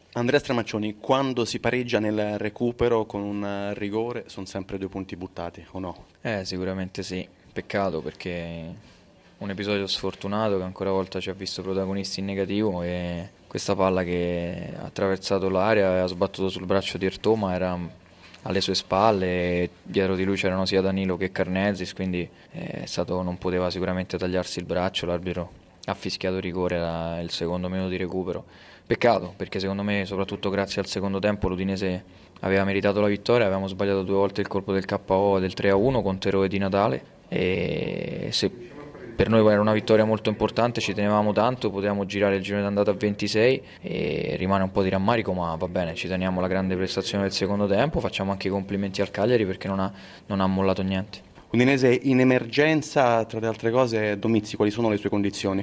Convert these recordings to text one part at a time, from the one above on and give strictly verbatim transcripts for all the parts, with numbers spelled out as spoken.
Andrea Stramaccioni, quando si pareggia nel recupero con un rigore sono sempre due punti buttati, o no? Eh, sicuramente sì. Peccato perché un episodio sfortunato che ancora una volta ci ha visto protagonisti in negativo e questa palla che ha attraversato l'area e ha sbattuto sul braccio di Ertoma era alle sue spalle e dietro di lui c'erano sia Danilo che Carnesis, quindi è stato, non poteva sicuramente tagliarsi il braccio, l'arbitro ha fischiato rigore la- il secondo minuto di recupero. Peccato, perché secondo me, soprattutto grazie al secondo tempo, l'Udinese aveva meritato la vittoria, avevamo sbagliato due volte il colpo del K O del tre a uno con Tero e Di Natale e se per noi era una vittoria molto importante, ci tenevamo tanto, potevamo girare il girone d'andata a ventisei e rimane un po' di rammarico, ma va bene, ci teniamo la grande prestazione del secondo tempo, facciamo anche i complimenti al Cagliari perché non ha, non ha mollato niente. Udinese in emergenza, tra le altre cose, Domizzi, quali sono le sue condizioni?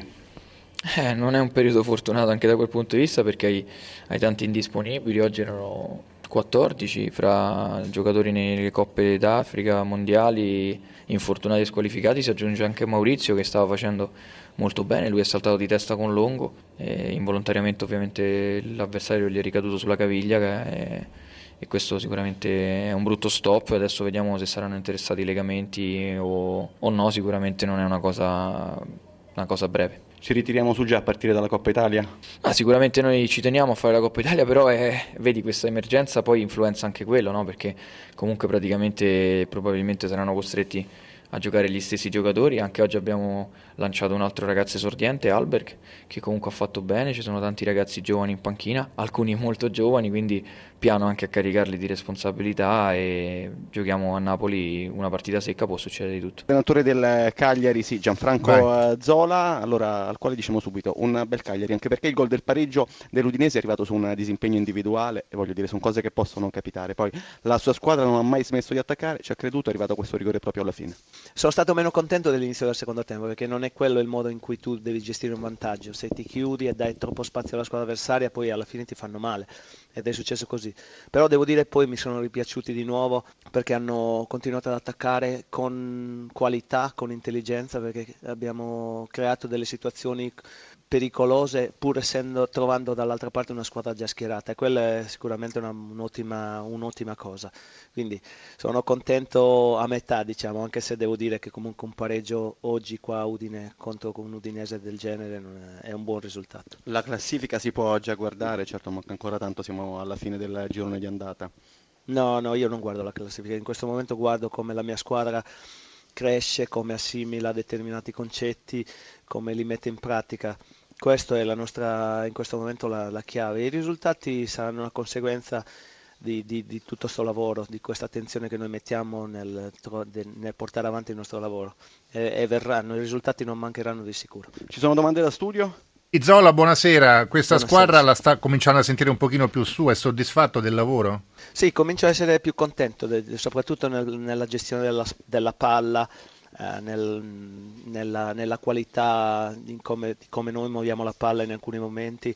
Eh, non è un periodo fortunato anche da quel punto di vista perché hai, hai tanti indisponibili, oggi erano quattordici fra giocatori nelle coppe d'Africa, mondiali, infortunati e squalificati, si aggiunge anche Maurizio che stava facendo molto bene, lui è saltato di testa con Longo e involontariamente ovviamente l'avversario gli è ricaduto sulla caviglia che è- e questo sicuramente è un brutto stop, adesso vediamo se saranno interessati i legamenti o, o no, sicuramente non è una cosa, una cosa breve. Ci ritiriamo su già a partire dalla Coppa Italia? Ah, sicuramente noi ci teniamo a fare la Coppa Italia, però è- vedi questa emergenza poi influenza anche quello, no? Perché comunque praticamente probabilmente saranno costretti a giocare gli stessi giocatori. Anche oggi abbiamo lanciato un altro ragazzo esordiente, Alberg, che comunque ha fatto bene. Ci sono tanti ragazzi giovani in panchina, alcuni molto giovani, quindi piano anche a caricarli di responsabilità e giochiamo a Napoli una partita secca, può succedere di tutto. Allenatore del Cagliari, sì, Vai. Gianfranco eh, Zola, allora al quale diciamo subito un bel Cagliari, anche perché il gol del pareggio dell'Udinese è arrivato su un disimpegno individuale e voglio dire, sono cose che possono capitare. Poi la sua squadra non ha mai smesso di attaccare, ci ha creduto, è arrivato questo rigore proprio alla fine. Sono stato meno contento dell'inizio del secondo tempo perché non è quello il modo in cui tu devi gestire un vantaggio. Se ti chiudi e dai troppo spazio alla squadra avversaria, poi alla fine ti fanno male. Ed è successo così. Però devo dire poi mi sono ripiaciuti di nuovo perché hanno continuato ad attaccare con qualità, con intelligenza, perché abbiamo creato delle situazioni pericolose pur essendo trovando dall'altra parte una squadra già schierata e quella è sicuramente una- un'ottima, un'ottima cosa. Quindi sono contento a metà, diciamo, anche se devo dire che comunque un pareggio oggi qua a Udine contro un udinese del genere non è, è un buon risultato. La classifica si può già guardare, certo manca ancora tanto, siamo alla fine del girone di andata. No, no, io non guardo la classifica, in questo momento guardo come la mia squadra cresce, come assimila determinati concetti, come li mette in pratica. Questo è la nostra, in questo momento la, la chiave. I risultati saranno una conseguenza di, di- di tutto questo lavoro, di questa attenzione che noi mettiamo nel, tro- de- nel portare avanti il nostro lavoro. E, e verranno, i risultati non mancheranno di sicuro. Ci sono domande da studio? Izola, buonasera. Questa Buonasera. squadra la sta cominciando a sentire un pochino più su, è soddisfatto del lavoro? Sì, comincio a essere più contento, de- soprattutto nel- nella gestione della, della palla, eh, nel- nella, nella qualità di come, di come noi muoviamo la palla in alcuni momenti.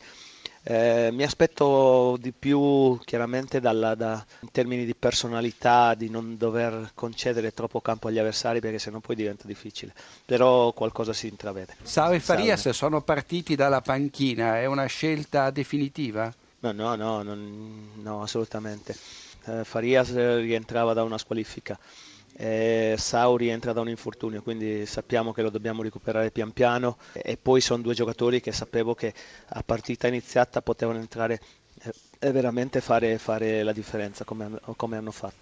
Eh, mi aspetto di più chiaramente dalla- da- in termini di personalità, di non dover concedere troppo campo agli avversari perché sennò poi diventa difficile, però qualcosa si intravede. Saro e Salve. Farias sono partiti dalla panchina, è una scelta definitiva? No, no, no, non- no, assolutamente. Eh, Farias eh, rientrava da una squalifica, eh, Sau rientra da un infortunio, quindi sappiamo che lo dobbiamo recuperare pian piano e poi sono due giocatori che sapevo che a partita iniziata potevano entrare eh, e veramente fare, fare la differenza come hanno come hanno fatto.